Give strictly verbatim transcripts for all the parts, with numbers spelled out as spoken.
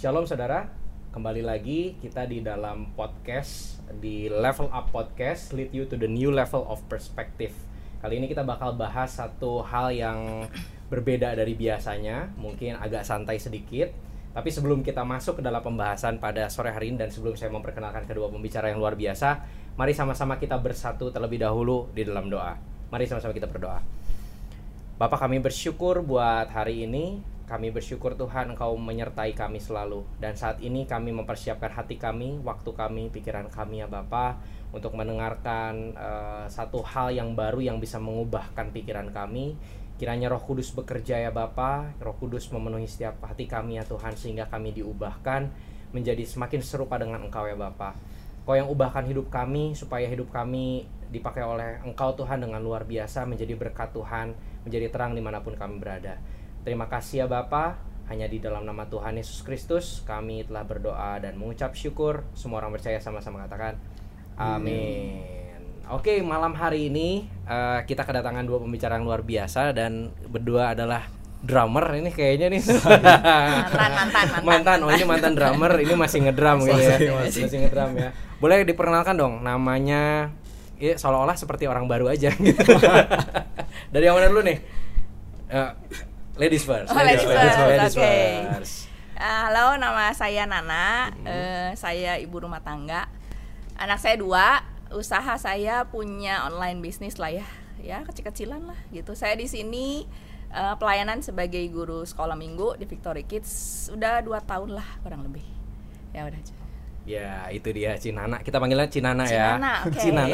Shalom saudara, kembali lagi kita di dalam podcast di Level Up Podcast, Lead You to the New Level of Perspective. Kali ini kita bakal bahas satu hal yang berbeda dari biasanya, mungkin agak santai sedikit. Tapi sebelum kita masuk ke dalam pembahasan pada sore hari ini dan sebelum saya memperkenalkan kedua pembicara yang luar biasa, mari sama-sama kita bersatu terlebih dahulu di dalam doa. Mari sama-sama kita berdoa. Bapa, kami bersyukur buat hari ini. Kami bersyukur Tuhan Engkau menyertai kami selalu. Dan saat ini kami mempersiapkan hati kami, waktu kami, pikiran kami ya Bapa, untuk mendengarkan uh, satu hal yang baru yang bisa mengubahkan pikiran kami. Kiranya Roh Kudus bekerja ya Bapa, Roh Kudus memenuhi setiap hati kami ya Tuhan, sehingga kami diubahkan menjadi semakin serupa dengan Engkau ya Bapa. Engkau yang ubahkan hidup kami supaya hidup kami dipakai oleh Engkau Tuhan dengan luar biasa, menjadi berkat Tuhan, menjadi terang dimanapun kami berada. Terima kasih ya Bapa, hanya di dalam nama Tuhan Yesus Kristus kami telah berdoa dan mengucap syukur. Semua orang percaya sama-sama katakan amin. hmm. Oke, malam hari ini uh, kita kedatangan dua pembicara yang luar biasa. Dan berdua adalah drummer ini kayaknya nih. mantan, mantan, mantan. Mantan, oh ini mantan drummer, ini masih ngedrum gitu ya. Masih, masih ngedrum ya. Boleh diperkenalkan dong namanya, ya seolah-olah seperti orang baru aja gitu. Dari yang mana dulu nih? Uh, Ladies first. Oh, ladies, ladies first. Ladies Oke. Okay. first. Uh, halo, nama saya Nana. Mm-hmm. Uh, saya ibu rumah tangga. Anak saya dua. Usaha saya punya online bisnis lah ya, ya kecil-kecilan lah gitu. Saya di sini uh, pelayanan sebagai guru sekolah minggu di Victory Kids. Udah dua tahun lah kurang lebih. Ya udah aja. Ya itu dia Cinana. Kita panggilnya Cinana, Cinana ya. Okay. Cinana.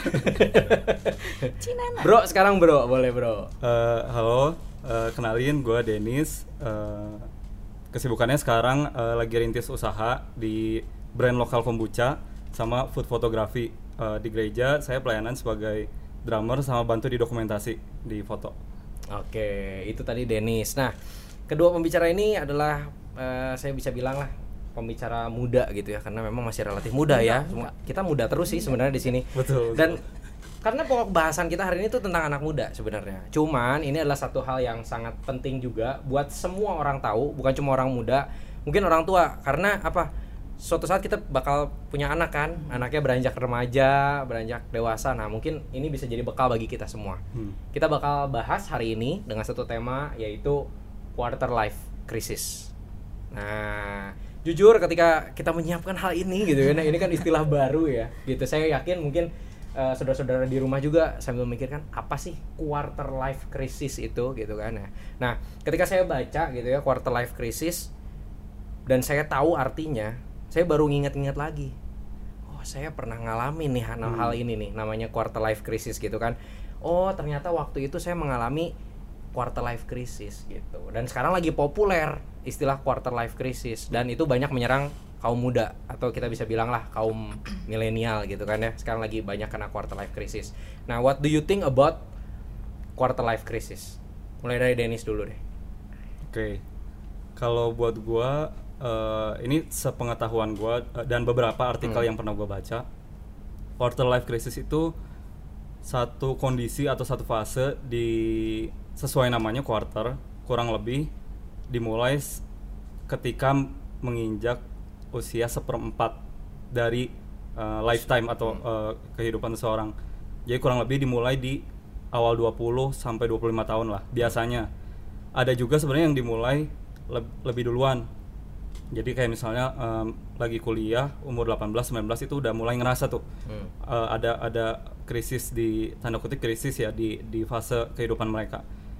Cinana. Bro, sekarang bro, boleh bro. Uh, halo. Uh, kenalin, gue Dennis. Uh, kesibukannya sekarang uh, lagi rintis usaha di brand lokal kombucha sama food photography. Uh, di gereja saya pelayanan sebagai drummer sama bantu di dokumentasi di foto. Oke, itu tadi Dennis. Nah, kedua pembicara ini adalah uh, saya bisa bilang lah pembicara muda gitu ya, karena memang masih relatif muda ya. Muda. Kita muda terus sih sebenarnya di sini. Betul. Dan betul. Karena pokok bahasan kita hari ini tuh tentang anak muda sebenarnya. Cuman ini adalah satu hal yang sangat penting juga buat semua orang tahu, bukan cuma orang muda, mungkin orang tua. Karena apa? Suatu saat kita bakal punya anak kan, anaknya beranjak remaja, beranjak dewasa. Nah, mungkin ini bisa jadi bekal bagi kita semua. Hmm. Kita bakal bahas hari ini dengan satu tema, yaitu quarter life crisis. Nah, jujur ketika kita menyiapkan hal ini gitu ya, nah ini kan istilah baru ya. Gitu. Saya yakin mungkin Uh, saudara-saudara di rumah juga sambil memikirkan apa sih quarter life crisis itu gitu kan ya. Nah, ketika saya baca gitu ya quarter life crisis dan saya tahu artinya, saya baru nginget-nginget lagi. Oh, saya pernah ngalamin nih hal, hmm. hal ini nih namanya quarter life crisis gitu kan. Oh, ternyata waktu itu saya mengalami quarter life crisis gitu. Dan sekarang lagi populer istilah quarter life crisis dan itu banyak menyerang kaum muda atau kita bisa bilang lah kaum milenial gitu kan ya. Sekarang lagi banyak kena quarter life crisis. Nah, what do you think about quarter life crisis? Mulai dari Dennis dulu deh. Oke. Okay. Kalau buat gua uh, ini sepengetahuan gua uh, dan beberapa artikel hmm. yang pernah gua baca, quarter life crisis itu satu kondisi atau satu fase di sesuai namanya quarter, kurang lebih dimulai ketika menginjak usia seperempat dari uh, lifetime atau uh, kehidupan seseorang. Jadi kurang lebih dimulai di awal dua puluh sampai dua puluh lima tahun lah biasanya. Ada juga sebenarnya yang dimulai le- lebih duluan. Jadi kayak misalnya um, lagi kuliah umur delapan belas sembilan belas itu udah mulai ngerasa tuh hmm. uh, ada ada krisis di tanda kutip krisis ya di di fase kehidupan mereka.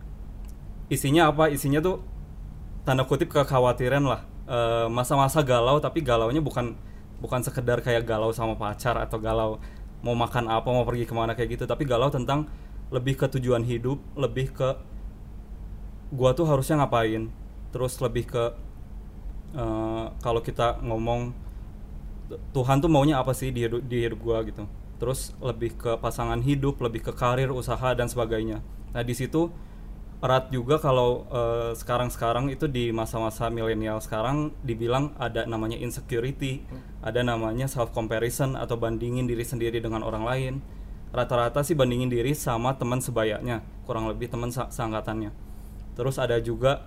Isinya apa? Isinya tuh tanda kutip kekhawatiran lah. Uh, masa-masa galau, tapi galaunya bukan bukan sekedar kayak galau sama pacar atau galau mau makan apa, mau pergi kemana kayak gitu, tapi galau tentang lebih ke tujuan hidup, lebih ke gua tuh harusnya ngapain, terus lebih ke uh, kalau kita ngomong Tuhan tuh maunya apa sih di hidup, di hidup gua gitu, terus lebih ke pasangan hidup, lebih ke karir, usaha dan sebagainya. Nah di situ erat juga kalau uh, sekarang-sekarang itu di masa-masa milenial sekarang dibilang ada namanya insecurity, hmm. ada namanya self comparison atau bandingin diri sendiri dengan orang lain. Rata-rata sih bandingin diri sama teman sebayanya, kurang lebih teman se- seangkatannya. Terus ada juga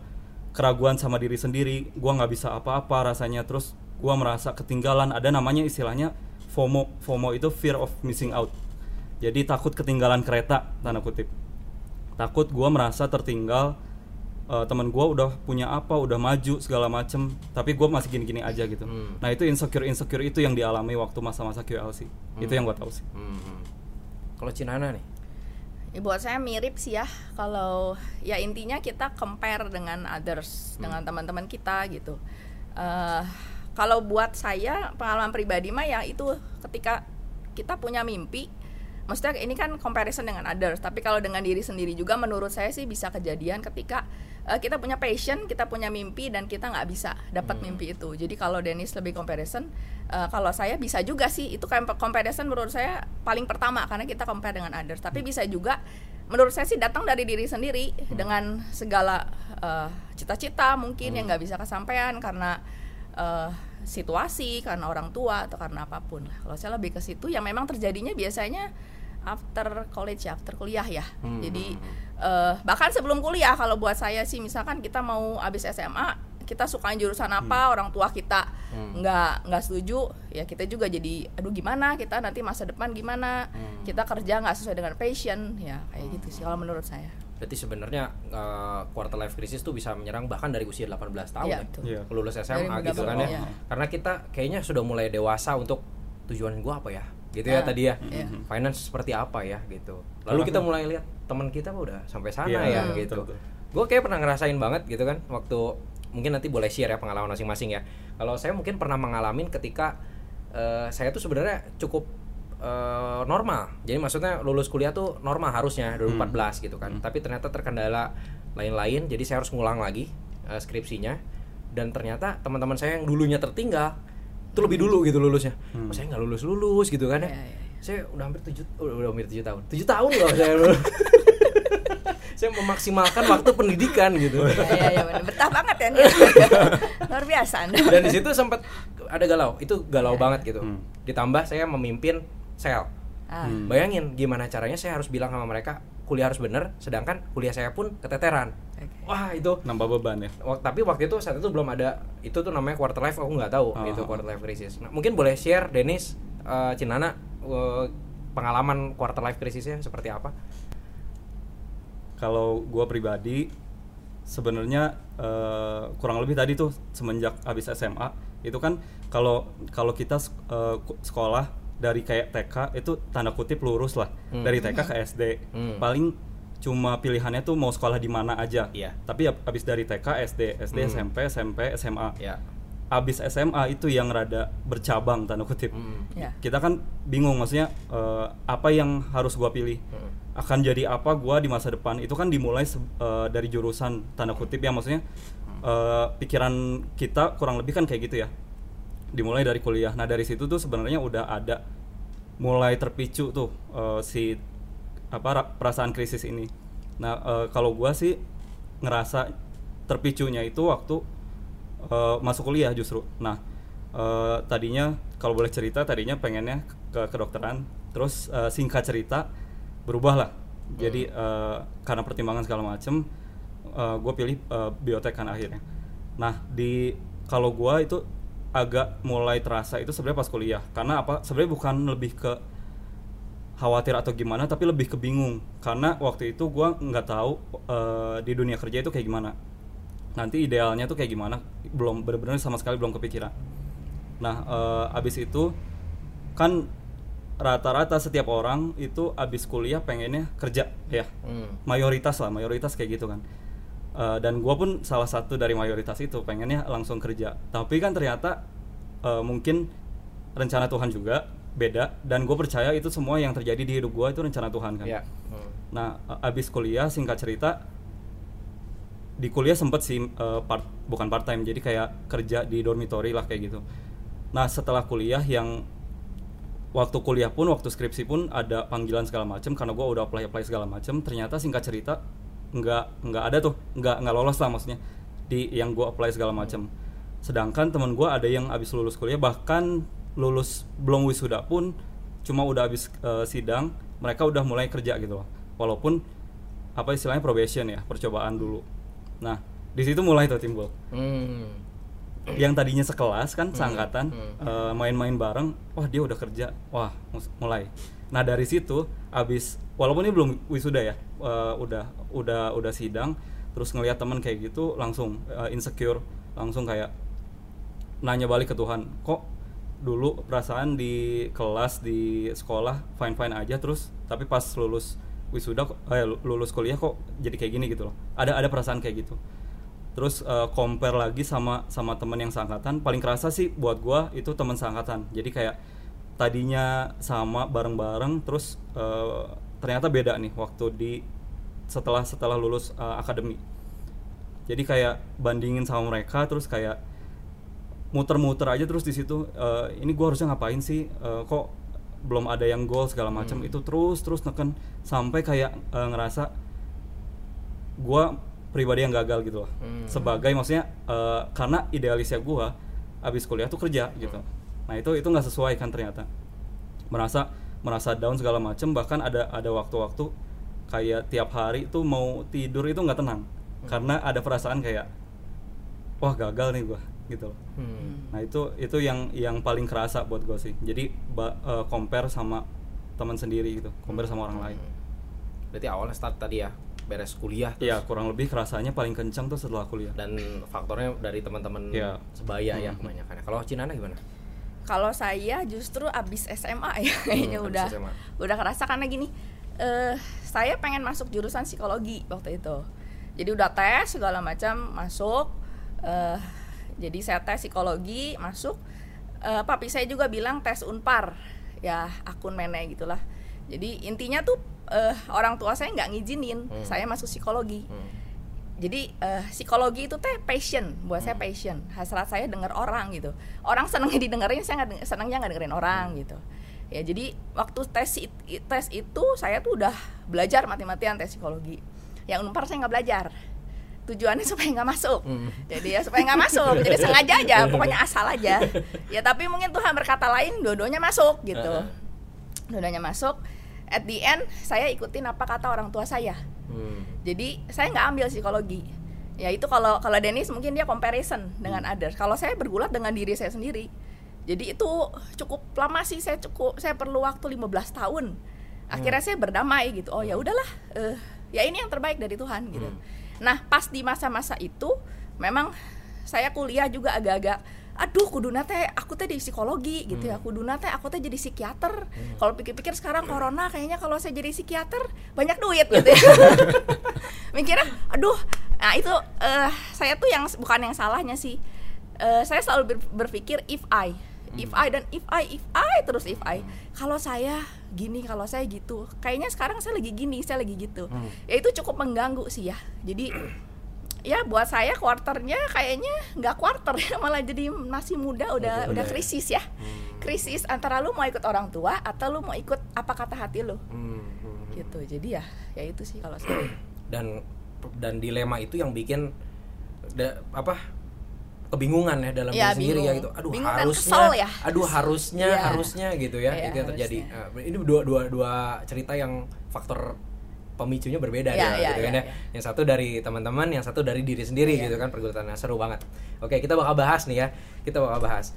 keraguan sama diri sendiri, gue nggak bisa apa-apa rasanya, terus gue merasa ketinggalan. Ada namanya istilahnya FOMO. FOMO itu fear of missing out. Jadi takut ketinggalan kereta, tanda kutip. Takut gue merasa tertinggal, uh, teman gue udah punya apa, udah maju segala macem, tapi gue masih gini-gini aja gitu. Hmm. Nah itu insecure-insecure itu yang dialami waktu masa-masa Q L C. Hmm. Itu yang gue tahu sih. Hmm. Kalau Cinana nih? Ya, buat saya mirip sih ya. Kalau ya intinya kita compare dengan others, hmm. dengan teman-teman kita gitu. Uh, kalau buat saya pengalaman pribadi mah ya itu ketika kita punya mimpi, maksudnya ini kan comparison dengan others, tapi kalau dengan diri sendiri juga menurut saya sih bisa kejadian ketika uh, kita punya passion, kita punya mimpi dan kita nggak bisa dapat hmm. mimpi itu. Jadi kalau Dennis lebih comparison, uh, kalau saya bisa juga sih itu kayak comparison menurut saya paling pertama karena kita compare dengan others. Tapi bisa juga menurut saya sih datang dari diri sendiri hmm. dengan segala uh, cita-cita mungkin hmm. yang nggak bisa kesampaian karena uh, situasi, karena orang tua atau karena apapun lah. Kalau saya lebih ke situ yang memang terjadinya biasanya after college ya, after kuliah ya. Hmm. Jadi uh, bahkan sebelum kuliah kalau buat saya sih misalkan kita mau abis S M A, kita sukain jurusan apa, hmm. orang tua kita hmm. nggak nggak setuju, ya kita juga jadi aduh gimana kita nanti masa depan gimana, hmm. kita kerja nggak sesuai dengan passion, ya kayak hmm. gitu sih kalau menurut saya. Berarti sebenarnya uh, quarter life crisis tuh bisa menyerang bahkan dari usia delapan belas tahun ya, ya. lulus S M A gitu kan ya. ya. Karena kita kayaknya sudah mulai dewasa untuk tujuan gua apa ya, gitu ya, ya tadi ya. ya. Finance seperti apa ya gitu. Lalu kita mulai lihat teman kita udah sampai sana ya, ya gitu. Gue kayak pernah ngerasain banget gitu kan waktu, mungkin nanti boleh share ya pengalaman masing-masing ya. Kalau saya mungkin pernah mengalami ketika uh, saya tuh sebenarnya cukup Uh, normal, jadi maksudnya lulus kuliah tuh normal harusnya dua ribu empat belas hmm. gitu kan, hmm. tapi ternyata terkendala lain-lain, jadi saya harus ngulang lagi uh, skripsinya, dan ternyata teman-teman saya yang dulunya tertinggal itu lebih dulu gitu lulusnya, hmm. oh, saya nggak lulus lulus gitu kan ya, ya, ya, ya. Saya udah hampir tujuh, udah, udah hampir tujuh tahun, tujuh tahun loh saya saya memaksimalkan waktu pendidikan gitu. Iya iya benar, betah banget ya nih. Luar biasa Anda. Dan di situ sempat ada galau, itu galau ya, banget gitu. Hmm. Ditambah saya memimpin sel. Ah. Hmm. Bayangin gimana caranya saya harus bilang sama mereka kuliah harus bener, sedangkan kuliah saya pun keteteran. Okay. Wah itu nambah beban ya. Wak- tapi waktu itu saat itu belum ada itu tuh namanya quarter life, aku nggak tahu oh. itu quarter life crisis. Nah, mungkin boleh share Dennis, uh, Cinana uh, pengalaman quarter life crisisnya seperti apa? Kalau gue pribadi sebenarnya uh, kurang lebih tadi tuh semenjak habis S M A itu kan kalau kalau kita uh, sekolah dari kayak T K itu tanda kutip lurus lah, hmm. dari T K ke S D, hmm. paling cuma pilihannya tuh mau sekolah di mana aja. Yeah. Tapi abis dari T K, S D, S D, hmm. S M P, S M P, S M A. Yeah. Abis S M A itu yang rada bercabang tanda kutip. Hmm. Yeah. Kita kan bingung maksudnya uh, apa yang harus gua pilih, hmm. akan jadi apa gua di masa depan. Itu kan dimulai uh, dari jurusan tanda kutip ya, maksudnya uh, pikiran kita kurang lebih kan kayak gitu ya. Dimulai dari kuliah. Nah dari situ tuh sebenarnya udah ada mulai terpicu tuh uh, si apa perasaan krisis ini. Nah uh, kalau gue sih ngerasa terpicunya itu waktu uh, masuk kuliah justru. Nah uh, tadinya kalau boleh cerita tadinya pengennya ke kedokteran, terus uh, singkat cerita berubah lah. Hmm. Jadi uh, karena pertimbangan segala macem uh, gue pilih uh, biotek kan akhirnya. Nah di kalau gue itu agak mulai terasa itu sebenarnya pas kuliah, karena apa sebenarnya bukan lebih ke khawatir atau gimana, tapi lebih ke bingung karena waktu itu gue nggak tahu uh, di dunia kerja itu kayak gimana, nanti idealnya tuh kayak gimana, belum benar-benar sama sekali belum kepikiran. Nah uh, abis itu kan rata-rata setiap orang itu abis kuliah pengennya kerja ya, hmm. mayoritas lah mayoritas kayak gitu kan. Uh, dan gue pun salah satu dari mayoritas itu pengennya langsung kerja, tapi kan ternyata uh, mungkin rencana Tuhan juga beda, dan gue percaya itu semua yang terjadi di hidup gue itu rencana Tuhan kan. Yeah. Hmm. Nah abis kuliah singkat cerita di kuliah sempet sih uh, part, bukan part time, jadi kayak kerja di dormitory lah kayak gitu. Nah setelah kuliah yang waktu kuliah pun waktu skripsi pun ada panggilan segala macam karena gue udah apply apply segala macam, ternyata singkat cerita nggak nggak ada tuh nggak nggak lolos lah maksudnya di yang gue apply segala macam. Sedangkan teman gue ada yang abis lulus kuliah, bahkan lulus belum wisuda pun cuma udah abis uh, sidang mereka udah mulai kerja gitu loh, walaupun apa istilahnya probation ya, percobaan dulu. Nah Di situ mulai tuh timbul. Hmm. Yang tadinya sekelas kan, seangkatan, Hmm. uh, main-main bareng, wah dia udah kerja, wah mus- mulai. Nah dari situ, abis walaupun ini belum wisuda ya, uh, udah udah udah sidang, terus ngelihat teman kayak gitu, langsung uh, insecure, langsung kayak nanya balik ke Tuhan, kok dulu perasaan di kelas di sekolah fine fine aja, terus tapi pas lulus wisuda, eh, lulus kuliah kok jadi kayak gini gitu loh. Ada ada perasaan kayak gitu. Terus uh, compare lagi sama sama teman yang seangkatan, paling kerasa sih buat gua itu teman seangkatan. Jadi kayak tadinya sama bareng-bareng, terus uh, ternyata beda nih waktu di setelah setelah lulus uh, akademi. Jadi kayak bandingin sama mereka, terus kayak muter-muter aja terus di situ. Uh, ini gua harusnya ngapain sih? Uh, kok belum ada yang goal segala macam. Hmm. Itu terus terus neken sampai kayak uh, ngerasa gua pribadi yang gagal gitu loh. Hmm. Sebagai maksudnya uh, karena idealisnya gua abis kuliah tuh kerja gitu. Hmm. Nah itu itu nggak sesuai kan ternyata. Merasa merasa down segala macam, bahkan ada ada waktu-waktu kayak tiap hari tuh mau tidur itu nggak tenang. Hmm. Karena ada perasaan kayak wah gagal nih gua gitu loh. Hmm. Nah itu itu yang yang paling kerasa buat gua sih. Jadi ba, uh, compare sama teman sendiri gitu, compare sama orang lain. Berarti awalnya start tadi ya, beres kuliah. Iya, kurang lebih kerasanya paling kencang tuh setelah kuliah. Dan faktornya dari teman-teman ya. sebaya hmm. ya kebanyakan. Kalau Cinana gimana? Kalau saya justru abis S M A ya kayaknya hmm, udah S M A. Udah kerasa karena gini, uh, saya pengen masuk jurusan psikologi waktu itu. Jadi udah tes segala macam masuk. Uh, jadi saya tes psikologi masuk. Uh, papi saya juga bilang tes Unpar, ya akun mene gitulah. Jadi intinya tuh uh, orang tua saya nggak ngizinin hmm. saya masuk psikologi. Hmm. Jadi uh, psikologi itu teh passion, buat hmm. saya passion. Hasrat saya denger orang gitu. Orang senengnya didengerin, saya nggak senengnya nggak dengerin orang hmm. gitu. Ya jadi waktu tes tes itu saya tuh udah belajar mati-matian tes psikologi. Yang Unpar saya nggak belajar. Tujuannya supaya nggak masuk. Hmm. Jadi ya supaya nggak masuk. Jadi sengaja aja, pokoknya asal aja. Ya tapi mungkin Tuhan berkata lain, dua-duanya masuk gitu. Dua-duanya masuk. At the end saya ikutin apa kata orang tua saya. Hmm. Jadi saya nggak ambil psikologi. Ya itu kalau kalau Dennis mungkin dia comparison dengan hmm. others. Kalau saya bergulat dengan diri saya sendiri. Jadi itu cukup lama sih, saya cukup saya perlu waktu lima belas tahun. Akhirnya hmm. saya berdamai gitu. Oh ya udahlah, uh, ya ini yang terbaik dari Tuhan gitu. Hmm. Nah pas di masa-masa itu memang saya kuliah juga agak-agak aduh kuduna teh aku teh di psikologi gitu hmm. ya, kuduna teh aku teh jadi psikiater. Hmm. Kalau pikir-pikir sekarang corona kayaknya kalau saya jadi psikiater banyak duit gitu ya. Mikirnya aduh, nah itu uh, saya tuh yang bukan yang salahnya sih. Uh, saya selalu ber- berpikir if I, if hmm. I dan if I, if I terus if I. Kalau saya gini, kalau saya gitu. Kayaknya sekarang saya lagi gini, saya lagi gitu. Hmm. Ya itu cukup mengganggu sih ya. Jadi ya buat saya quarternya kayaknya nggak quarter ya, malah jadi masih muda udah udah, udah krisis ya. Hmm. Krisis antara lu mau ikut orang tua atau lu mau ikut apa kata hati lu. Hmm. Hmm. Gitu. Jadi ya ya itu sih kalau saya. Dan dan dilema itu yang bikin da, apa? kebingungan ya dalam ya, diri sendiri ya gitu. Aduh bingung harusnya ya. Aduh harusnya ya. harusnya gitu ya. ya itu yang terjadi. Uh, ini dua dua dua cerita yang faktor pemicunya berbeda ya, ya, gitu ya, kan ya. ya. Yang satu dari teman-teman, yang satu dari diri sendiri ya. gitu kan, pergulatannya seru banget. Oke, kita bakal bahas nih ya. Kita bakal bahas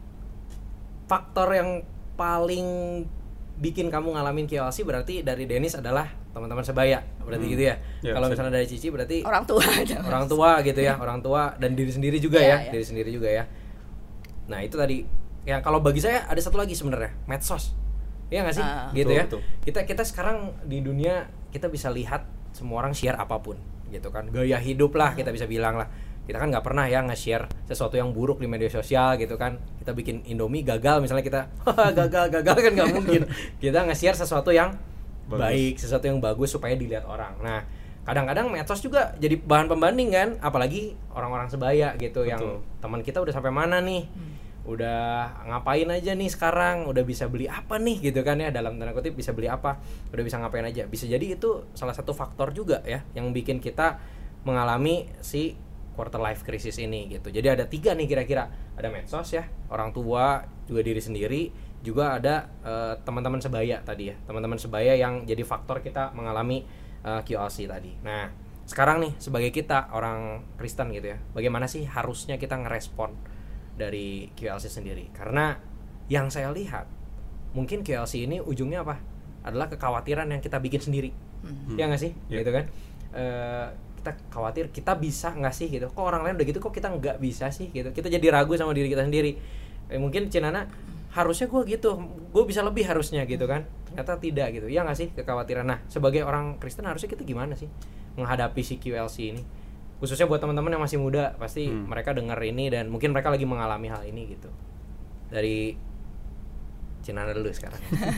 faktor yang paling bikin kamu ngalamin Q L C berarti dari Dennis adalah teman-teman sebaya. Berarti hmm. gitu ya. ya Kalau misalnya dari Cici berarti orang tua. Orang tua gitu ya, orang tua dan diri sendiri juga ya, ya, ya. Diri sendiri juga ya. Nah, itu tadi yang kalau bagi saya ada satu lagi sebenarnya, medsos. Iya nggak sih, uh, gitu betul, ya. Betul. Kita kita sekarang di dunia kita bisa lihat semua orang share apapun, gitu kan. Gaya hidup lah kita bisa bilang lah. Kita kan nggak pernah ya nge-share sesuatu yang buruk di media sosial gitu kan. Kita bikin Indomie gagal misalnya kita gagal gagal kan nggak mungkin. Kita nge-share sesuatu yang bagus. Baik, sesuatu yang bagus supaya dilihat orang. Nah, kadang-kadang medsos juga jadi bahan pembanding kan, apalagi orang-orang sebaya gitu. Betul. Yang teman kita udah sampai mana nih. Hmm. Udah ngapain aja nih sekarang, udah bisa beli apa nih gitu kan ya, dalam tanda kutip bisa beli apa, udah bisa ngapain aja. Bisa jadi itu salah satu faktor juga ya yang bikin kita mengalami si quarter life crisis ini gitu. Jadi ada tiga nih kira-kira, ada medsos ya, orang tua, juga diri sendiri, juga ada uh, teman-teman sebaya tadi ya, teman-teman sebaya yang jadi faktor kita mengalami uh, Q L C tadi. Nah sekarang nih sebagai kita orang Kristen gitu ya, bagaimana sih harusnya kita ngerespon dari Q L C sendiri? Karena yang saya lihat mungkin Q L C ini ujungnya apa? Adalah kekhawatiran yang kita bikin sendiri, hmm. ya nggak sih, yeah. gitu kan? E, kita khawatir kita bisa nggak sih gitu? Kok orang lain udah gitu, kok kita nggak bisa sih gitu? Kita jadi ragu sama diri kita sendiri. E, mungkin Cinana harusnya gue gitu, gue bisa lebih harusnya gitu kan? Ternyata tidak gitu, ya nggak sih kekhawatiran. Nah sebagai orang Kristen harusnya kita gimana sih menghadapi si Q L C ini, khususnya buat teman-teman yang masih muda, pasti hmm. mereka dengar ini dan mungkin mereka lagi mengalami hal ini gitu. Dari Cinana dulu sekarang.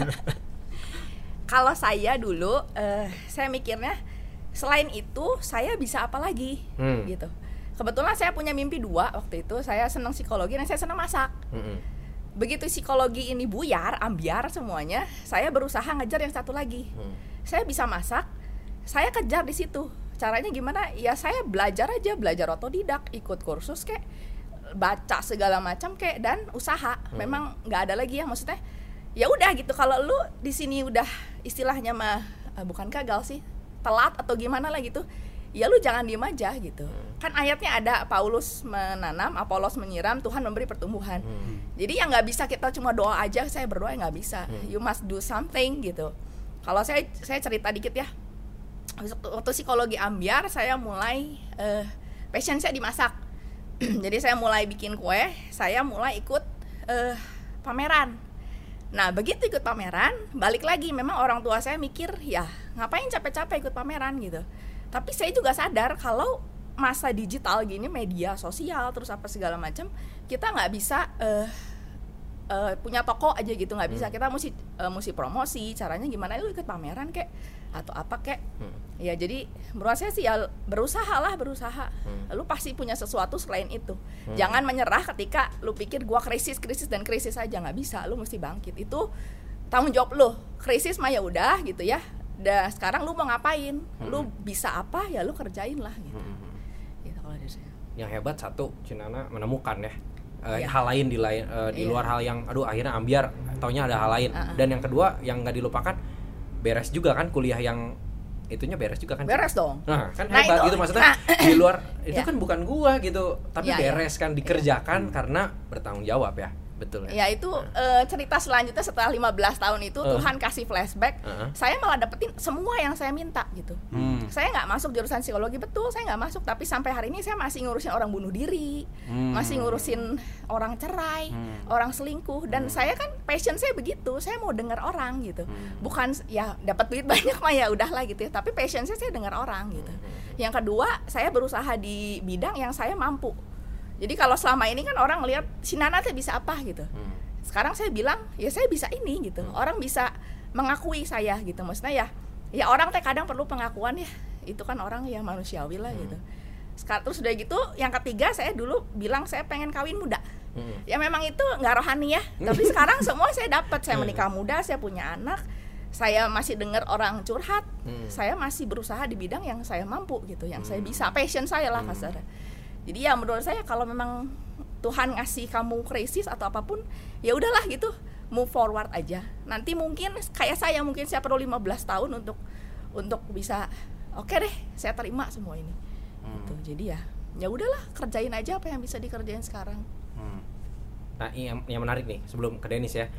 Kalau saya dulu, uh, saya mikirnya selain itu saya bisa apa lagi, hmm. gitu. Kebetulan saya punya mimpi dua waktu itu. Saya senang psikologi dan saya senang masak. Hmm. Begitu psikologi ini buyar, ambiar semuanya, saya berusaha ngejar yang satu lagi. Hmm. Saya bisa masak. Saya kejar di situ. Caranya gimana? Ya saya belajar aja, belajar otodidak, ikut kursus kayak baca segala macam kayak dan usaha. Hmm. Memang nggak ada lagi ya, maksudnya. Ya udah gitu. Kalau lu di sini udah istilahnya mah uh, bukan gagal sih, telat atau gimana lah gitu. Ya lu jangan diem aja gitu. Hmm. Kan ayatnya ada Paulus menanam, Apolos menyiram, Tuhan memberi pertumbuhan. Hmm. Jadi ya nggak bisa kita cuma doa aja. Saya berdoa nggak bisa. Hmm. You must do something gitu. Kalau saya saya cerita dikit ya. Waktu psikologi ambiar saya mulai uh, passion saya dimasak. Jadi saya mulai bikin kue, saya mulai ikut uh, pameran. Nah begitu ikut pameran, balik lagi memang orang tua saya mikir ya ngapain capek-capek ikut pameran gitu. Tapi saya juga sadar kalau masa digital gini, media sosial terus apa segala macam, kita nggak bisa uh, uh, punya toko aja gitu, nggak bisa. Kita mesti uh, mesti promosi. Caranya gimana? Lu ikut pameran kek atau apa kek? Hmm. Ya jadi menurut saya sih ya berusaha lah, berusaha. Hmm. Lu pasti punya sesuatu selain itu. Hmm. Jangan menyerah ketika lu pikir gua krisis, krisis dan krisis aja, nggak bisa. Lu mesti bangkit. Itu tanggung jawab lu. Krisis mah ya udah gitu ya. Dan sekarang lu mau ngapain? Hmm. Lu bisa apa ya lu kerjain lah gitu. Hmm. Gitu kalau dari saya. Yang hebat satu, Cinana menemukan ya. Uh, ya. Hal lain di lain uh, di ya. luar hal yang aduh akhirnya ambiar, taunya ada hal lain. Uh-uh. Dan yang kedua yang nggak dilupakan, beres juga kan kuliah yang itunya beres juga kan. Beres dong. Nah, kan nah, hebat itu. gitu maksudnya. Nah. Di luar itu ya. kan bukan gua gitu, tapi ya, beres ya. kan dikerjakan ya. karena bertanggung jawab ya. Betul ya. Ya itu nah. uh, cerita selanjutnya setelah lima belas tahun itu uh. Tuhan kasih flashback. Uh-huh. Saya malah dapetin semua yang saya minta gitu. Hmm. Saya enggak masuk jurusan psikologi, betul, saya enggak masuk, tapi sampai hari ini saya masih ngurusin orang bunuh diri, hmm. masih ngurusin orang cerai, hmm. orang selingkuh dan hmm. saya kan passion saya begitu, saya mau dengar orang gitu. Hmm. Bukan ya dapat duit banyak mah ya udahlah gitu ya, tapi passion saya saya dengar orang gitu. Hmm. Yang kedua, saya berusaha di bidang yang saya mampu. Jadi kalau selama ini kan orang ngelihat si Nana tuh bisa apa gitu. Hmm. Sekarang saya bilang ya saya bisa ini gitu. Hmm. Orang bisa mengakui saya gitu. Maksudnya ya ya orang teh kadang perlu pengakuan ya. Itu kan orang yang manusiawi lah hmm. gitu. Sekarang terus udah gitu yang ketiga saya dulu bilang saya pengen kawin muda. Hmm. Ya memang itu nggak rohani ya. Tapi sekarang semua saya dapat. Saya menikah muda, saya punya anak. Saya masih dengar orang curhat. Hmm. Saya masih berusaha di bidang yang saya mampu gitu, yang hmm. saya bisa, passion saya lah kasarnya. Jadi ya menurut saya kalau memang Tuhan ngasih kamu krisis atau apapun, ya udahlah gitu, move forward aja. Nanti mungkin kayak saya mungkin saya perlu lima belas tahun untuk untuk bisa oke okay deh, saya terima semua ini. Hmm. Gitu. Jadi ya ya udahlah, kerjain aja apa yang bisa dikerjain sekarang. Hmm. Nah, yang yang menarik nih sebelum ke Dennis ya.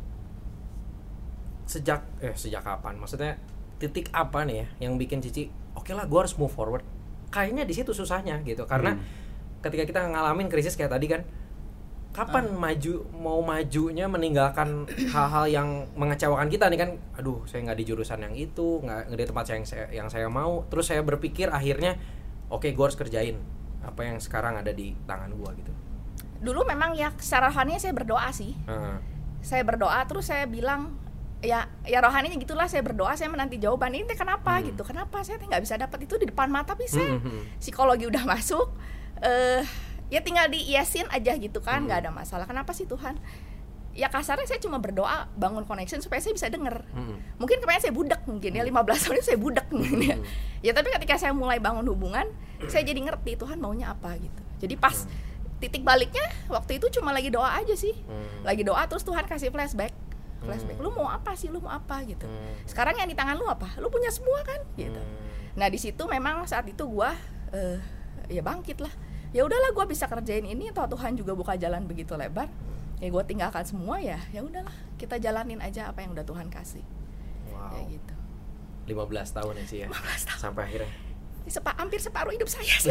Sejak eh sejak kapan? Maksudnya titik apa nih ya yang bikin Cici oke okay lah gue harus move forward? Kayaknya di situ susahnya gitu, karena hmm. ketika kita ngalamin krisis kayak tadi kan, kapan uh. maju mau majunya meninggalkan hal-hal yang mengecewakan kita nih kan, aduh saya nggak di jurusan yang itu, nggak di tempat yang saya yang saya mau, terus saya berpikir akhirnya oke okay, gue harus kerjain apa yang sekarang ada di tangan gue gitu. Dulu memang ya secara rohani saya berdoa sih, uh. saya berdoa terus saya bilang ya ya rohaninya gitulah, saya berdoa, saya menanti jawaban ini teh kenapa hmm. gitu, kenapa saya teh nggak bisa dapat itu di depan mata, tapi saya hmm. psikologi udah masuk, uh, ya tinggal diiyasin aja gitu kan, nggak hmm. ada masalah. Kenapa sih Tuhan? Ya kasarnya saya cuma berdoa bangun connection supaya saya bisa denger. Hmm. Mungkin kemarin saya budak mungkin ya lima belas tahun itu saya budak mungkin ya. Hmm. Ya tapi ketika saya mulai bangun hubungan, saya jadi ngerti Tuhan maunya apa gitu. Jadi pas hmm. titik baliknya waktu itu cuma lagi doa aja sih, hmm. lagi doa terus Tuhan kasih flashback. flashback. Hmm. Lu mau apa sih? Lu mau apa gitu. Hmm. Sekarang yang di tangan lu apa? Lu punya semua kan gitu. Hmm. Nah, di situ memang saat itu gua uh, ya bangkit lah. Ya udahlah, gua bisa kerjain ini, toh Tuhan juga buka jalan begitu lebar. Ya gua tinggalkan semua ya. Ya udahlah, kita jalanin aja apa yang udah Tuhan kasih. Wow. Kayak gitu. lima belas tahun ya sih ya. lima belas tahun. Sampai akhirnya. Sepa, hampir separuh hidup saya sih.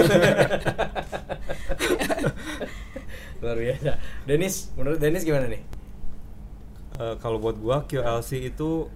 Luar biasa. Dennis, menurut Dennis gimana nih? Uh, kalau buat gua Q L C itu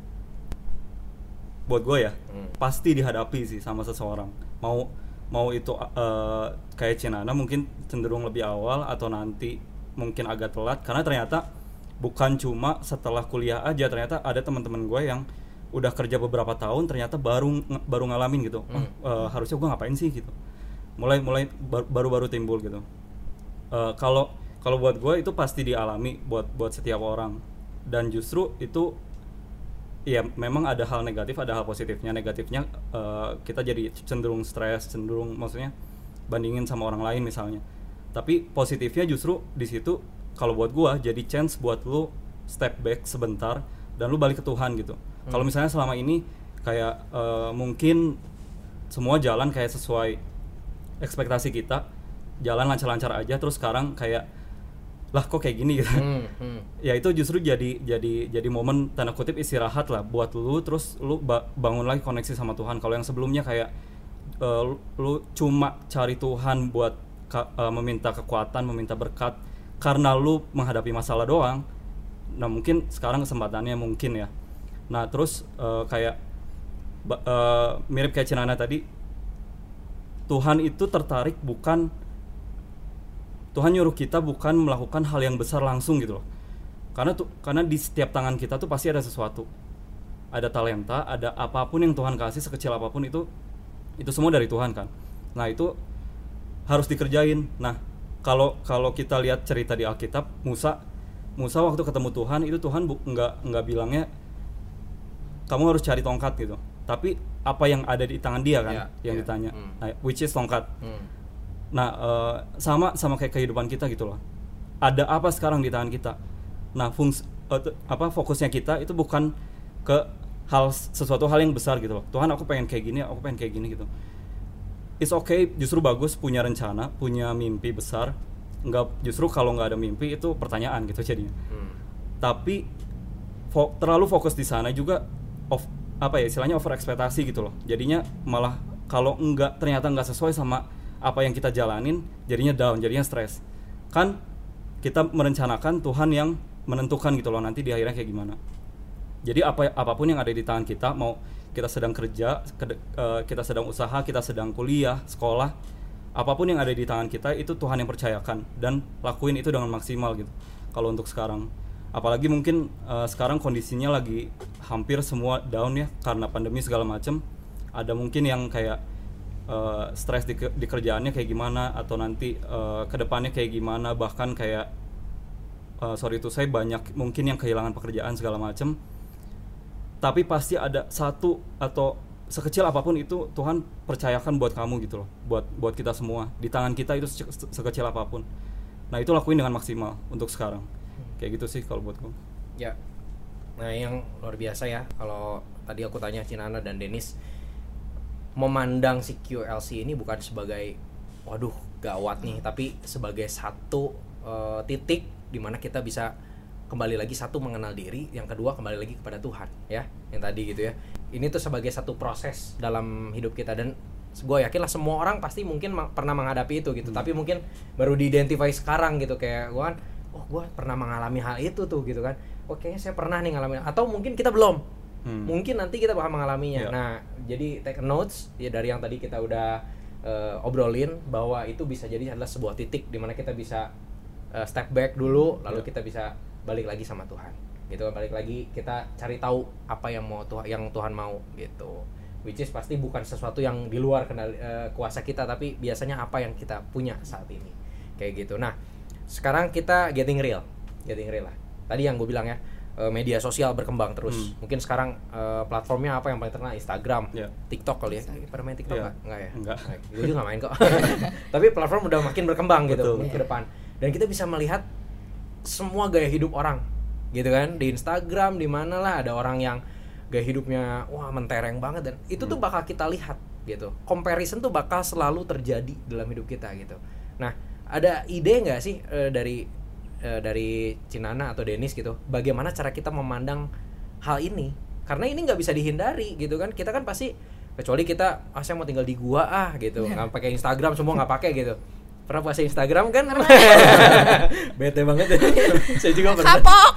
buat gua ya Hmm. pasti dihadapi sih sama seseorang. Mau mau itu uh, kayak Cinana mungkin cenderung lebih awal atau nanti mungkin agak telat, karena ternyata bukan cuma setelah kuliah aja, ternyata ada teman-teman gue yang udah kerja beberapa tahun ternyata baru ng- baru ngalamin gitu. Hmm. Oh, uh, harusnya gue ngapain sih gitu. Mulai mulai bar- baru-baru timbul gitu. Uh, Kalau kalau buat gue itu pasti dialami buat buat setiap orang, dan justru itu ya memang ada hal negatif, ada hal positifnya. Negatifnya uh, kita jadi cenderung stres, cenderung maksudnya bandingin sama orang lain misalnya. Tapi positifnya justru di situ kalau buat gua jadi chance buat lu step back sebentar dan lu balik ke Tuhan gitu. Hmm. Kalau misalnya selama ini kayak uh, mungkin semua jalan kayak sesuai ekspektasi kita, jalan lancar-lancar aja, terus sekarang kayak lah kok kayak gini gitu. Hmm, hmm. Ya itu justru jadi jadi jadi momen tanda kutip istirahat lah buat lu, terus lu ba- bangun lagi koneksi sama Tuhan. Kalau yang sebelumnya kayak uh, lu, lu cuma cari Tuhan buat ka, uh, meminta kekuatan, meminta berkat karena lu menghadapi masalah doang. Nah mungkin sekarang kesempatannya mungkin ya. Nah terus uh, kayak ba- uh, mirip kayak Cinana tadi, Tuhan itu tertarik bukan Tuhan nyuruh kita bukan melakukan hal yang besar langsung gitu loh. Karena tuh karena di setiap tangan kita tuh pasti ada sesuatu. Ada talenta, ada apapun yang Tuhan kasih, sekecil apapun itu itu semua dari Tuhan kan. Nah, itu harus dikerjain. Nah, kalau kalau kita lihat cerita di Alkitab, Musa Musa waktu ketemu Tuhan, itu Tuhan bu, enggak enggak bilangnya kamu harus cari tongkat gitu. Tapi apa yang ada di tangan dia kan yeah, yang yeah. ditanya. Hmm. Nah, which is tongkat. Hmm. Nah, uh, sama sama kayak kehidupan kita gitu loh. Ada apa sekarang di tangan kita? Nah, fungs uh, t- apa fokusnya kita itu bukan ke hal sesuatu hal yang besar gitu loh. Tuhan, aku pengen kayak gini, aku pengen kayak gini gitu. It's okay, justru bagus punya rencana, punya mimpi besar. Enggak, justru kalau nggak ada mimpi itu pertanyaan gitu jadinya. Hmm. Tapi fo- terlalu fokus di sana juga of apa ya istilahnya over ekspektasi gitu loh. Jadinya malah kalau enggak ternyata nggak sesuai sama apa yang kita jalanin, jadinya down, jadinya stres. Kan kita merencanakan, Tuhan yang menentukan gitu loh nanti di akhirnya kayak gimana. Jadi apa apapun yang ada di tangan kita, mau kita sedang kerja, ke, uh, kita sedang usaha, kita sedang kuliah, sekolah, apapun yang ada di tangan kita itu Tuhan yang percayakan dan lakuin itu dengan maksimal gitu. Kalau untuk sekarang, apalagi mungkin uh, sekarang kondisinya lagi hampir semua down ya karena pandemi segala macem. Ada mungkin yang kayak uh, stres di, di kerjaannya kayak gimana, atau nanti uh, kedepannya kayak gimana, bahkan kayak uh, sorry itu saya banyak mungkin yang kehilangan pekerjaan segala macem. Tapi pasti ada satu atau sekecil apapun itu Tuhan percayakan buat kamu gitu loh, buat buat kita semua. Di tangan kita itu se- sekecil apapun. Nah itu lakuin dengan maksimal untuk sekarang. Kayak gitu sih kalau buat gue. Ya. Nah, yang luar biasa ya kalau tadi aku tanya Cinana dan Dennis, memandang si Q L C ini bukan sebagai waduh gawat nih, tapi sebagai satu uh, titik di mana kita bisa kembali lagi, satu mengenal diri, yang kedua kembali lagi kepada Tuhan ya, yang tadi gitu ya. Ini tuh sebagai satu proses dalam hidup kita, dan gue yakin lah semua orang pasti mungkin ma- pernah menghadapi itu gitu, hmm. tapi mungkin baru di-identify sekarang gitu. Kayak gue kan, oh gue pernah mengalami hal itu tuh gitu kan, oh kayaknya saya pernah nih ngalamin, atau mungkin kita belum, hmm. mungkin nanti kita bakal mengalaminya. Yeah. Nah jadi take notes ya dari yang tadi kita udah uh, obrolin, bahwa itu bisa jadi adalah sebuah titik di mana kita bisa uh, step back dulu, lalu yeah. kita bisa balik lagi sama Tuhan gitu, balik lagi kita cari tahu apa yang mau Tuhan, yang Tuhan mau gitu, which is pasti bukan sesuatu yang di luar kendali, uh, kuasa kita, tapi biasanya apa yang kita punya saat ini kayak gitu. Nah sekarang kita getting real, getting real lah. Tadi yang gue bilang ya, uh, media sosial berkembang terus. Hmm. Mungkin sekarang uh, platformnya apa yang paling terkenal? Instagram, yeah. TikTok kali ya. Pernah main TikTok nggak? Yeah. Nggak ya? Enggak. Gue juga nggak main kok. Tapi platform udah makin berkembang gitu ke depan. Dan kita bisa melihat semua gaya hidup orang gitu kan, di Instagram, di mana lah ada orang yang gaya hidupnya wah mentereng banget, dan itu tuh bakal kita lihat gitu. Comparison tuh bakal selalu terjadi dalam hidup kita gitu. Nah, ada ide nggak sih uh, dari uh, dari Cinana atau Dennis gitu, bagaimana cara kita memandang hal ini? Karena ini nggak bisa dihindari gitu kan. Kita kan pasti, kecuali kita ah saya mau tinggal di gua ah gitu, nggak pakai Instagram, semua nggak pakai gitu. Pernah puasa Instagram kan? Bete banget ya. Saya juga pernah. Kapok.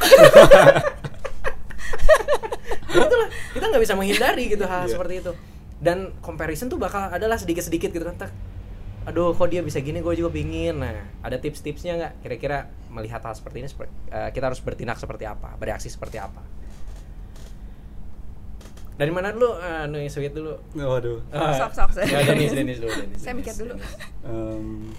Itulah, kita nggak bisa menghindari gitu hal yeah. seperti itu. Dan comparison tuh bakal adalah sedikit-sedikit gitu kan. Aduh, kok dia bisa gini, gue juga pingin. Nah, ada tips-tipsnya nggak? Kira-kira melihat hal seperti ini, uh, kita harus bertindak seperti apa, bereaksi seperti apa? Dari mana dulu? Uh, nih sweet dulu. Waduh. Uh, Sok-sok saya. Ya, Dennis, Dennis dulu. Dennis, saya mikir dulu. Um,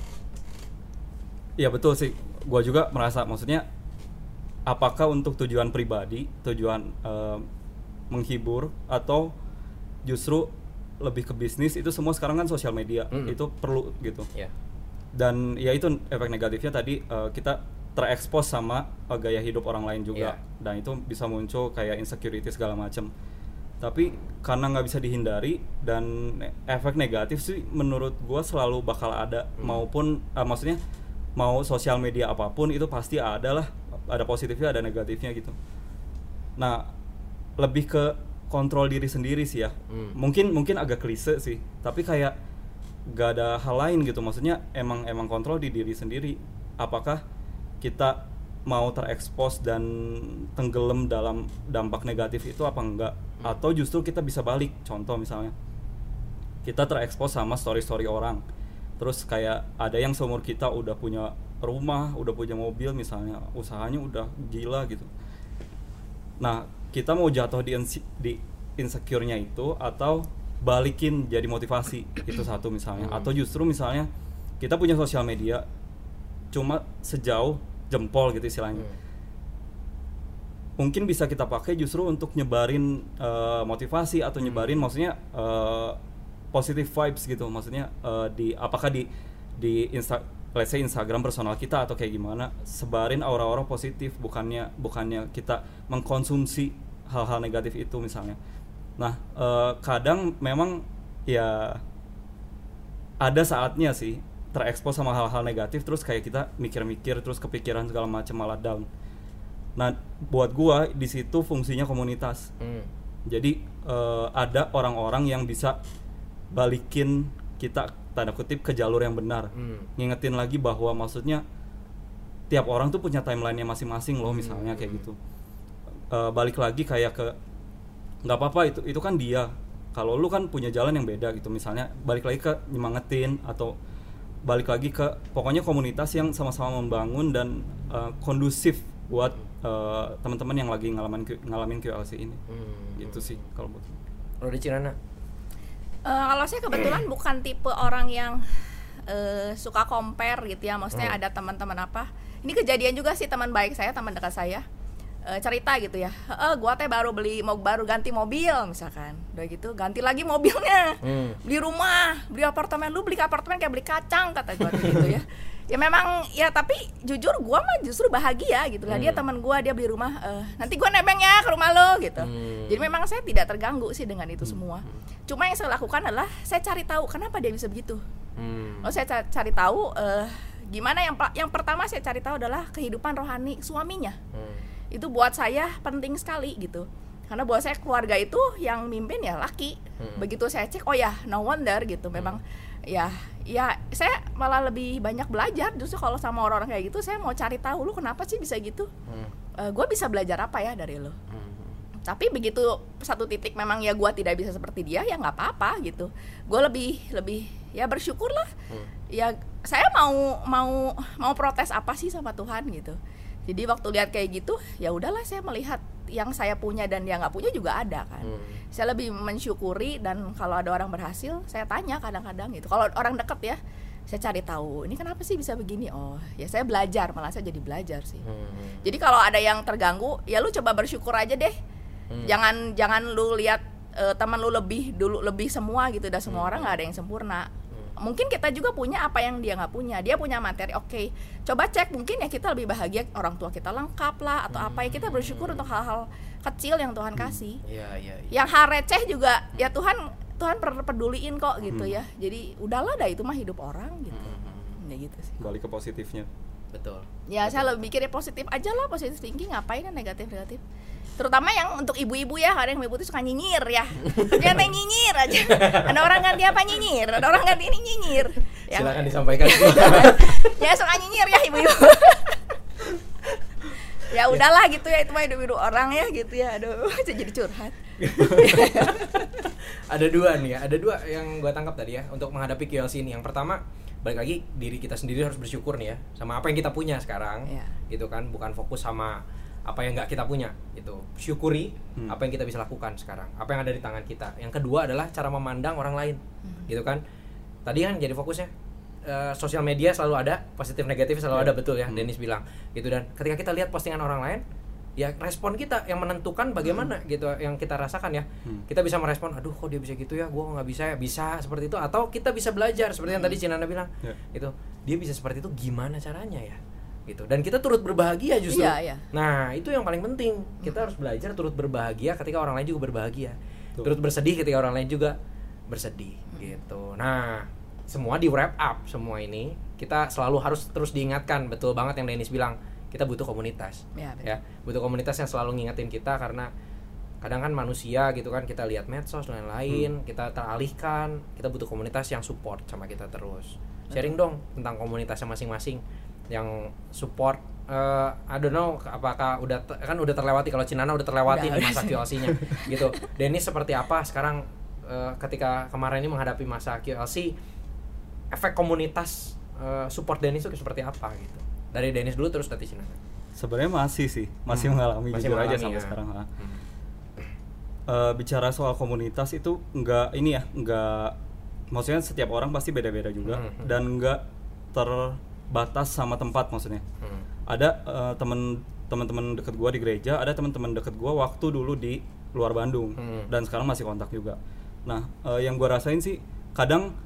ya betul sih. Gua juga merasa, maksudnya, apakah untuk tujuan pribadi, tujuan um, menghibur, atau justru lebih ke bisnis, itu semua sekarang kan sosial media, mm. itu perlu gitu. Yeah. Dan ya itu efek negatifnya tadi, uh, kita terekspos sama uh, gaya hidup orang lain juga, yeah. dan itu bisa muncul kayak insecurity segala macam. Tapi karena nggak bisa dihindari, dan efek negatif sih menurut gue selalu bakal ada, hmm. maupun uh, maksudnya mau sosial media apapun itu pasti ada lah, ada positifnya ada negatifnya gitu. Nah, lebih ke kontrol diri sendiri sih ya. hmm. mungkin mungkin agak klise sih, tapi kayak nggak ada hal lain gitu. Maksudnya emang emang kontrol di diri sendiri. Apakah kita mau terekspos dan tenggelam dalam dampak negatif itu apa enggak, hmm. atau justru kita bisa balik. Contoh misalnya kita terekspos sama story-story orang, terus kayak ada yang seumur kita udah punya rumah, udah punya mobil misalnya, usahanya udah gila gitu. Nah, kita mau jatuh di, insi- di insecure-nya itu, atau balikin jadi motivasi, itu satu misalnya. hmm. Atau justru misalnya kita punya sosial media cuma sejauh jempol gitu istilahnya, hmm. mungkin bisa kita pakai justru untuk nyebarin uh, motivasi atau nyebarin hmm. maksudnya uh, positive vibes gitu. Maksudnya uh, di apakah di di Insta, let's say Instagram personal kita atau kayak gimana, sebarin aura-aura positif, bukannya bukannya kita mengkonsumsi hal-hal negatif itu misalnya. Nah, uh, kadang memang ya ada saatnya sih terekspos sama hal-hal negatif, terus kayak kita mikir-mikir, terus kepikiran segala macam, malah down. Nah, buat gua di situ fungsinya komunitas. Hmm. Jadi uh, ada orang-orang yang bisa balikin kita, tanda kutip, ke jalur yang benar. Hmm. Ngingetin lagi bahwa maksudnya tiap orang tuh punya timeline-nya masing-masing loh, misalnya hmm. kayak gitu. Uh, balik lagi kayak ke nggak apa-apa, itu itu kan dia. Kalau lu kan punya jalan yang beda gitu. Misalnya balik lagi ke nyemangetin, atau balik lagi ke pokoknya komunitas yang sama-sama membangun dan uh, kondusif buat uh, teman-teman yang lagi ngalamin ngalamin Q L C ini. Hmm. Gitu sih kalau buat. Kalau di Cinana? Uh, kalau saya kebetulan bukan tipe orang yang uh, suka compare gitu ya. Maksudnya hmm. ada teman-teman apa? Ini kejadian juga sih, teman baik saya, teman dekat saya. Uh, cerita gitu ya, eh gua teh baru beli mau baru ganti mobil misalkan, udah gitu ganti lagi mobilnya, hmm. beli rumah, beli apartemen. Lu beli apartemen kayak beli kacang, kata gua gitu ya. Ya memang ya, tapi jujur gua mah justru bahagia gitu lah. hmm. Dia teman gua, dia beli rumah, uh, nanti gua nebeng ya ke rumah lo gitu. hmm. Jadi memang saya tidak terganggu sih dengan itu semua. hmm. Cuma yang saya lakukan adalah saya cari tahu kenapa dia bisa begitu. hmm. Oh, saya ca- cari tahu uh, gimana. Yang yang pertama saya cari tahu adalah kehidupan rohani suaminya. hmm. Itu buat saya penting sekali gitu, karena buat saya keluarga itu yang mimpin ya laki. hmm. Begitu saya cek, oh ya no wonder gitu. Memang hmm. ya ya saya malah lebih banyak belajar justru kalau sama orang-orang kayak gitu. Saya mau cari tahu, lu kenapa sih bisa gitu. hmm. uh, gue bisa belajar apa ya dari lu. hmm. Tapi begitu satu titik memang ya gue tidak bisa seperti dia, ya nggak apa-apa gitu. Gue lebih lebih ya bersyukur lah. hmm. Ya saya mau mau mau protes apa sih sama Tuhan gitu. Jadi waktu lihat kayak gitu, ya udahlah, saya melihat yang saya punya dan dia nggak punya juga ada kan. Hmm. Saya lebih mensyukuri, dan kalau ada orang berhasil, saya tanya kadang-kadang gitu. Kalau orang deket ya, saya cari tahu, ini kenapa sih bisa begini? Oh, ya saya belajar, malah saya jadi belajar sih. Hmm. Jadi kalau ada yang terganggu, ya lu coba bersyukur aja deh. Hmm. Jangan jangan lu lihat uh, teman lu lebih dulu lebih semua gitu. Dan semua hmm. orang nggak ada yang sempurna. Hmm. mungkin kita juga punya apa yang dia nggak punya. Dia punya materi, oke, okay. Coba cek, mungkin ya kita lebih bahagia, orang tua kita lengkap lah atau hmm. apa ya, kita bersyukur untuk hal-hal kecil yang Tuhan kasih. Hmm. Ya, ya, ya. Yang hal receh juga ya Tuhan Tuhan peduliin kok gitu hmm. ya. Jadi udahlah dah, itu mah hidup orang gitu. Hmm. Ya gitu sih. Balik ke positifnya. Betul. Ya, betul. Saya lebih mikirnya positif aja lah, positif thinking, ngapain kan negatif-negatif. Terutama yang untuk ibu-ibu ya, kadang ibu tuh suka nyinyir ya. Dia teh nyinyir aja. Ada orang ganti apa nyinyir, ada orang ganti ini nyinyir. Yang, silakan disampaikan. Ya suka nyinyir ya ibu-ibu. Ya udahlah gitu ya, itu mah hidup-hidup orang ya gitu ya. Aduh, saya jadi curhat. Ada dua nih ya, ada dua yang gue tangkap tadi ya untuk menghadapi Q L C ini. Yang pertama, balik lagi diri kita sendiri harus bersyukur nih ya sama apa yang kita punya sekarang, ya. Gitu kan, bukan fokus sama apa yang nggak kita punya, itu syukuri hmm. apa yang kita bisa lakukan sekarang, apa yang ada di tangan kita. Yang kedua adalah cara memandang orang lain, hmm. gitu kan. Tadi kan jadi fokusnya uh, sosial media selalu ada, positif negatif selalu yeah. ada, betul ya, hmm. Dennis bilang gitu. Dan ketika kita lihat postingan orang lain, ya respon kita yang menentukan bagaimana hmm. gitu yang kita rasakan ya. Hmm. Kita bisa merespon, aduh kok dia bisa gitu ya, gue nggak bisa ya, bisa seperti itu. Atau kita bisa belajar seperti yang tadi Cinana bilang, yeah. gitu, dia bisa seperti itu, gimana caranya ya, gitu. Dan kita turut berbahagia justru. Iya, iya. Nah itu yang paling penting, kita hmm. harus belajar turut berbahagia ketika orang lain juga berbahagia, Tuh. turut bersedih ketika orang lain juga bersedih, hmm. gitu. Nah semua di wrap up semua ini, kita selalu harus terus diingatkan, betul banget yang Dennis bilang, kita butuh komunitas, ya, ya butuh komunitas yang selalu ngingetin kita, karena kadang kan manusia gitu kan, kita lihat medsos dan lain-lain, hmm. kita teralihkan, kita butuh komunitas yang support sama kita terus. Sharing dong tentang komunitasnya masing-masing yang support. uh, I don't know apakah udah kan udah terlewati, kalau Cinana udah terlewati udah, di masa Q L C-nya gitu. Dennis seperti apa sekarang uh, ketika kemarin ini menghadapi masa Q L C, efek komunitas uh, support Dennis itu seperti apa gitu? Dari Dennis dulu terus tadi Cinana. Sebenarnya masih sih, masih hmm. mengalami masih jujur mengalami aja sampai ya. sekarang. Hmm. Uh, bicara soal komunitas itu enggak ini ya, enggak, maksudnya setiap orang pasti beda-beda juga, hmm. dan enggak terbatas sama tempat maksudnya. Hmm. Ada uh, temen teman-teman deket gua di gereja, ada teman-teman deket gua waktu dulu di luar Bandung, hmm. dan sekarang masih kontak juga. Nah, uh, yang gua rasain sih kadang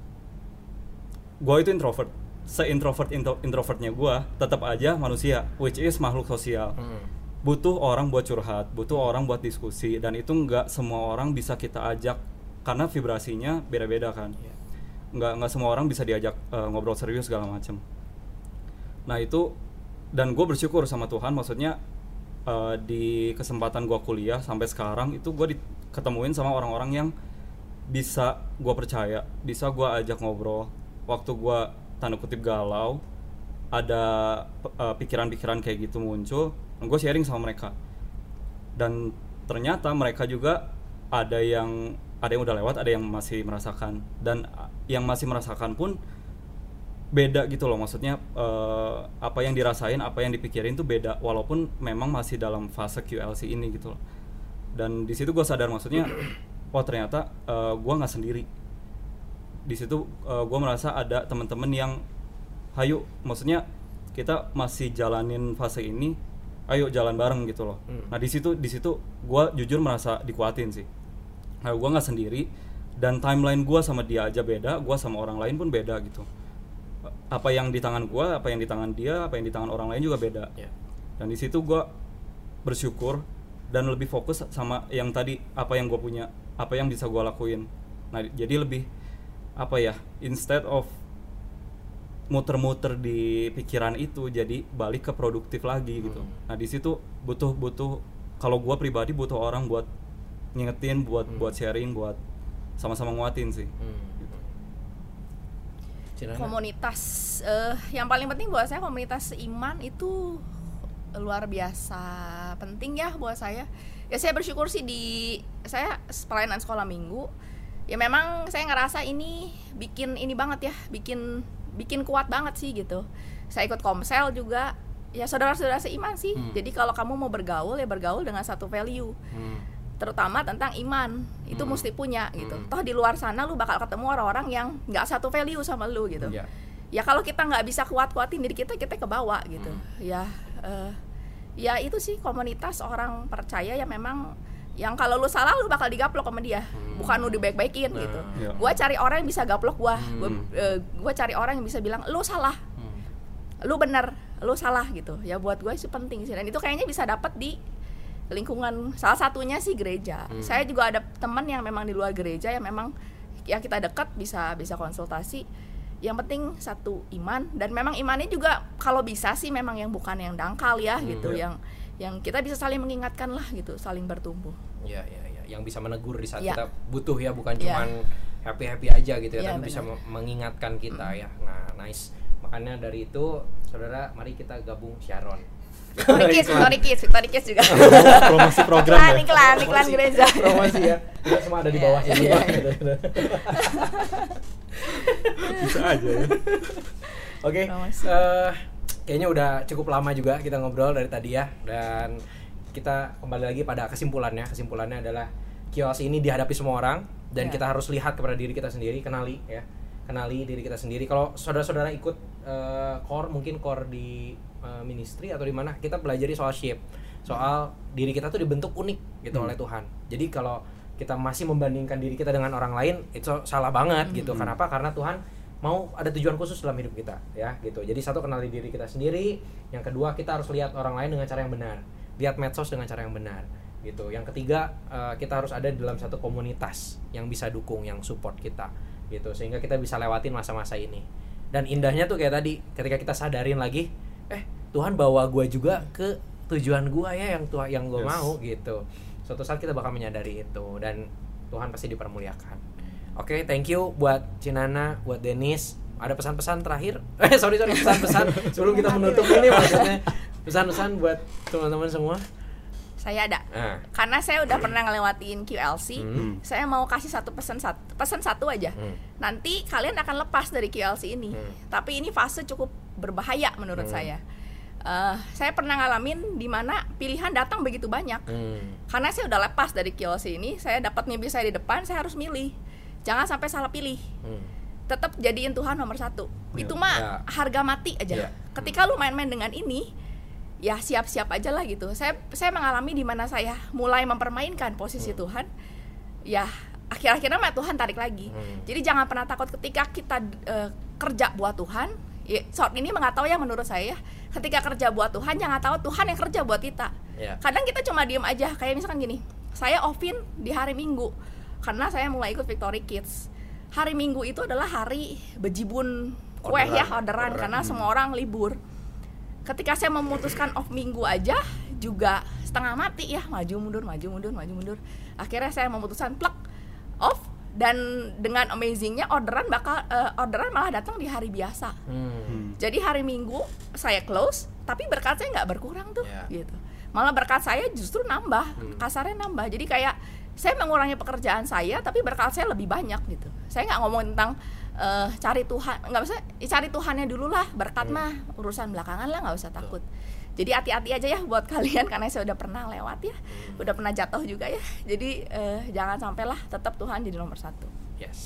gua itu introvert. Se-introvert intro, introvertnya gue tetap aja manusia, which is makhluk sosial. hmm. Butuh orang buat curhat, butuh orang buat diskusi, dan itu nggak semua orang bisa kita ajak karena vibrasinya beda-beda kan. yeah. nggak nggak semua orang bisa diajak uh, ngobrol serius segala macem. Nah itu, dan gue bersyukur sama Tuhan, maksudnya uh, di kesempatan gue kuliah sampai sekarang itu gue diketemuin sama orang-orang yang bisa gue percaya, bisa gue ajak ngobrol waktu gue tanda kutip galau, ada uh, pikiran-pikiran kayak gitu muncul, gue sharing sama mereka, dan ternyata mereka juga ada yang ada yang udah lewat, ada yang masih merasakan, dan yang masih merasakan pun beda gitu loh, maksudnya uh, apa yang dirasain, apa yang dipikirin tuh beda, walaupun memang masih dalam fase Q L C ini gitu loh. Dan di situ gue sadar, maksudnya oh ternyata uh, gue nggak sendiri. Di situ uh, gue merasa ada teman-teman yang hayu, maksudnya kita masih jalanin fase ini, ayo jalan bareng gitu loh. hmm. Nah di situ di situ gue jujur merasa dikuatin sih. Nah, gue nggak sendiri, dan timeline gue sama dia aja beda, gue sama orang lain pun beda gitu. Apa yang di tangan gue, apa yang di tangan dia, apa yang di tangan orang lain juga beda. yeah. Dan di situ gue bersyukur dan lebih fokus sama yang tadi, apa yang gue punya, apa yang bisa gue lakuin. Nah jadi lebih apa ya, instead of muter-muter di pikiran itu, jadi balik ke produktif lagi gitu. hmm. Nah di situ butuh butuh kalau gue pribadi butuh orang buat ngingetin, buat hmm. buat sharing, buat sama-sama nguatin sih. hmm. gitu. Komunitas uh, yang paling penting buat saya, komunitas iman itu luar biasa penting ya buat saya. Ya saya bersyukur sih di saya pelayanan sekolah minggu. Ya memang saya ngerasa ini bikin ini banget ya, bikin bikin kuat banget sih gitu. Saya ikut komsel juga, ya saudara-saudara seiman sih. Hmm. Jadi kalau kamu mau bergaul, ya bergaul dengan satu value, hmm. terutama tentang iman, itu hmm. mesti punya gitu. Hmm. Toh di luar sana lu bakal ketemu orang-orang yang nggak satu value sama lu gitu. Yeah. Ya kalau kita nggak bisa kuat-kuatin diri kita, kita ke bawah gitu. Hmm. Ya, uh, ya itu sih komunitas orang percaya yang memang yang kalau lu salah lu bakal digaplok sama dia, hmm. bukan lu dibaik-baikin nah. gitu. Yeah. Gua cari orang yang bisa gaplok gua, hmm. gua, uh, gua cari orang yang bisa bilang lu salah, hmm. lu benar, lu salah gitu. Ya buat gua itu penting sih, dan itu kayaknya bisa dapat di lingkungan, salah satunya sih gereja. Hmm. Saya juga ada teman yang memang di luar gereja yang memang yang kita dekat bisa bisa konsultasi. Yang penting satu iman, dan memang imannya juga kalau bisa sih memang yang bukan yang dangkal ya hmm. gitu, yeah. yang yang kita bisa saling mengingatkan lah gitu, saling bertumbuh. Iya, iya, iya, yang bisa menegur di saat ya. kita butuh ya, bukan ya. cuman happy-happy aja gitu ya, ya tapi bisa mengingatkan kita mm. ya. Nah, nice. Makanya dari itu, saudara, mari kita gabung Sharon. Victory Kids, Victory Kids, Victory Kids juga. Promosi program iklan, ya. Iklan, iklan gereja. Promosi ya. Kita semua ada di bawah ya, sini ya. ya. Bisa aja ya. Oke. Okay, uh, kayaknya udah cukup lama juga kita ngobrol dari tadi ya, dan kita kembali lagi pada kesimpulannya. Kesimpulannya adalah Q L C ini dihadapi semua orang, dan yeah. kita harus lihat kepada diri kita sendiri, kenali ya, kenali diri kita sendiri. Kalau saudara-saudara ikut uh, core, mungkin core di uh, ministry atau di mana, kita pelajari soal shape, soal diri kita tuh dibentuk unik gitu hmm. oleh Tuhan. Jadi kalau kita masih membandingkan diri kita dengan orang lain, itu salah banget hmm. gitu. Kenapa? Karena Tuhan mau ada tujuan khusus dalam hidup kita ya gitu. Jadi satu, kenali diri kita sendiri. Yang kedua, kita harus lihat orang lain dengan cara yang benar, lihat medsos dengan cara yang benar gitu. Yang ketiga, uh, kita harus ada di dalam satu komunitas yang bisa dukung, yang support kita gitu, sehingga kita bisa lewatin masa-masa ini. Dan indahnya tuh kayak tadi, ketika kita sadarin lagi, eh Tuhan bawa gue juga ke tujuan gue ya, yang Tuhan yang gue yes. mau gitu. Suatu saat kita bakal menyadari itu, dan Tuhan pasti dipermuliakan. Oke, okay, thank you buat Cinana, buat Dennis. Ada pesan-pesan terakhir? Eh, sorry sorry pesan-pesan sebelum kita menutup ini, maksudnya pesan-pesan buat teman-teman semua. Saya ada. Ah. Karena saya udah pernah ngelewatin Q L C, hmm. saya mau kasih satu pesan satu pesan satu aja. Hmm. Nanti kalian akan lepas dari Q L C ini. Hmm. Tapi ini fase cukup berbahaya menurut hmm. saya. Uh, saya pernah ngalamin di mana pilihan datang begitu banyak. Hmm. Karena saya udah lepas dari Q L C ini, saya dapat mimpi saya di depan, saya harus milih. Jangan sampai salah pilih. Hmm. Tetap jadiin Tuhan nomor satu. Yeah. Itu mah yeah. harga mati aja. Yeah. Ketika lu main-main dengan ini, ya siap-siap aja lah gitu. Saya saya mengalami di mana saya mulai mempermainkan posisi hmm. Tuhan. Ya akhir-akhirnya mah Tuhan tarik lagi. Hmm. Jadi jangan pernah takut ketika kita uh, kerja buat Tuhan. Ya, short ini nggak tahu ya menurut saya. Ketika kerja buat Tuhan, jangan tahu Tuhan yang kerja buat kita. Yeah. Kadang kita cuma diem aja. Kayak misalkan gini, saya offin di hari Minggu. Karena saya mulai ikut Victory Kids. Hari Minggu itu adalah hari bejibun kue orderan, ya, orderan, orderan karena hmm. semua orang libur. Ketika saya memutuskan off Minggu aja juga setengah mati ya, maju mundur, maju mundur, maju mundur. Akhirnya saya memutuskan plek off, dan dengan amazingnya orderan bakal uh, orderan malah datang di hari biasa. Hmm. Jadi hari Minggu saya close, tapi berkat saya nggak berkurang tuh, yeah. gitu. Malah berkat saya justru nambah, hmm. kasarnya nambah. Jadi kayak saya mengurangi pekerjaan saya, tapi berkat saya lebih banyak gitu. Saya nggak ngomong tentang uh, cari Tuhan, nggak usah cari Tuhannya dulu lah, berkat hmm. mah urusan belakangan lah, nggak usah takut. Jadi hati-hati aja ya buat kalian, karena saya udah pernah lewat ya, hmm. udah pernah jatuh juga ya. Jadi uh, jangan sampailah, tetap Tuhan jadi nomor satu. Yes.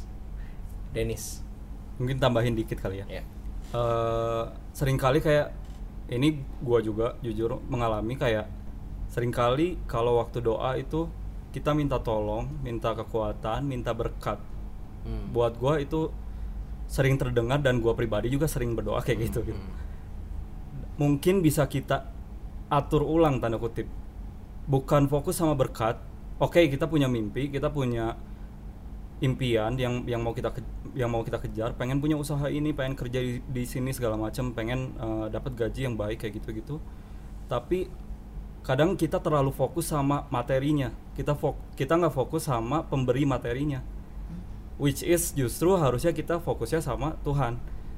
Dennis, mungkin tambahin dikit kali ya. Yeah. Uh, seringkali kayak ini gua juga jujur mengalami kayak seringkali kalau waktu doa itu kita minta tolong, minta kekuatan, minta berkat. Hmm. Buat gue itu sering terdengar, dan gue pribadi juga sering berdoa kayak gitu, hmm. gitu. Mungkin bisa kita atur ulang tanda kutip. Bukan fokus sama berkat. Oke, okay, kita punya mimpi, kita punya impian yang yang mau kita ke, yang mau kita kejar, pengen punya usaha ini, pengen kerja di, di sini segala macam, pengen uh, dapat gaji yang baik kayak gitu-gitu. Tapi kadang kita terlalu fokus sama materinya, kita fok- kita nggak fokus sama pemberi materinya, which is justru harusnya kita fokusnya sama Tuhan.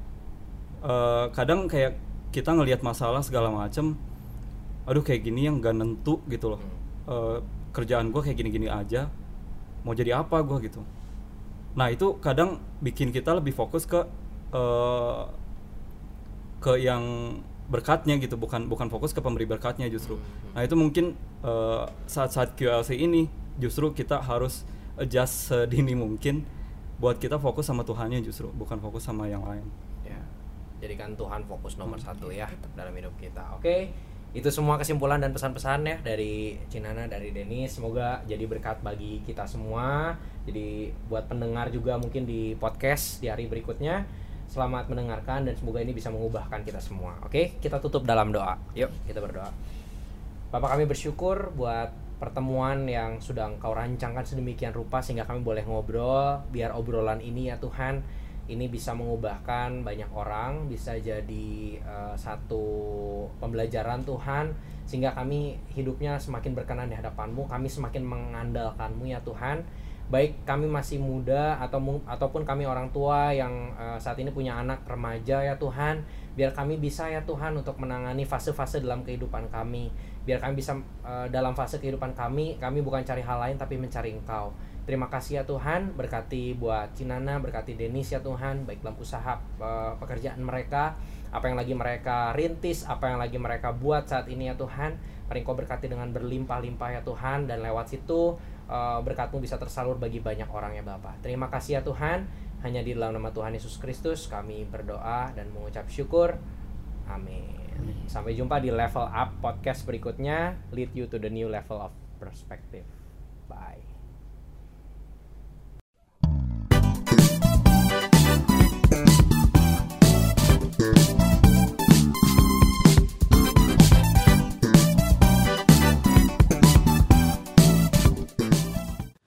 Uh, kadang kayak kita ngelihat masalah segala macem, aduh kayak gini yang nggak nentu gitu loh, uh, kerjaan gue kayak gini-gini aja, mau jadi apa gue gitu. Nah itu kadang bikin kita lebih fokus ke uh, ke yang berkatnya gitu, bukan bukan fokus ke pemberi berkatnya justru. Hmm. Nah itu mungkin uh, saat-saat Q L C ini justru kita harus adjust sedini mungkin buat kita fokus sama Tuhannya justru, bukan fokus sama yang lain. Ya, jadikan Tuhan fokus nomor hmm. satu ya dalam hidup kita. Oke, okay. Itu semua kesimpulan dan pesan-pesan ya dari Cinana, dari Denis. Semoga jadi berkat bagi kita semua. Jadi buat pendengar juga mungkin di podcast di hari berikutnya. Selamat mendengarkan dan semoga ini bisa mengubahkan kita semua. Oke, kita tutup dalam doa. Yuk, kita berdoa. Bapak, kami bersyukur buat pertemuan yang sudah Engkau rancangkan sedemikian rupa sehingga kami boleh ngobrol. Biar obrolan ini ya Tuhan, ini bisa mengubahkan banyak orang, bisa jadi uh, satu pembelajaran Tuhan, sehingga kami hidupnya semakin berkenan di hadapan-Mu, kami semakin mengandalkan-Mu ya Tuhan. Baik kami masih muda atau ataupun kami orang tua yang uh, saat ini punya anak remaja ya Tuhan, biar kami bisa ya Tuhan untuk menangani fase-fase dalam kehidupan kami. Biar kami bisa uh, dalam fase kehidupan kami, kami bukan cari hal lain tapi mencari Engkau. Terima kasih ya Tuhan, berkati buat Cinana, berkati Denis ya Tuhan, baik dalam usaha uh, pekerjaan mereka, apa yang lagi mereka rintis, apa yang lagi mereka buat saat ini ya Tuhan. Mari Engkau berkati dengan berlimpah-limpah ya Tuhan, dan lewat situ uh, berkat-Mu bisa tersalur bagi banyak orang ya Bapa. Terima kasih ya Tuhan, hanya di dalam nama Tuhan Yesus Kristus kami berdoa dan mengucap syukur. Amin. Sampai jumpa di Level Up Podcast berikutnya, lead you to the new level of perspective. Bye.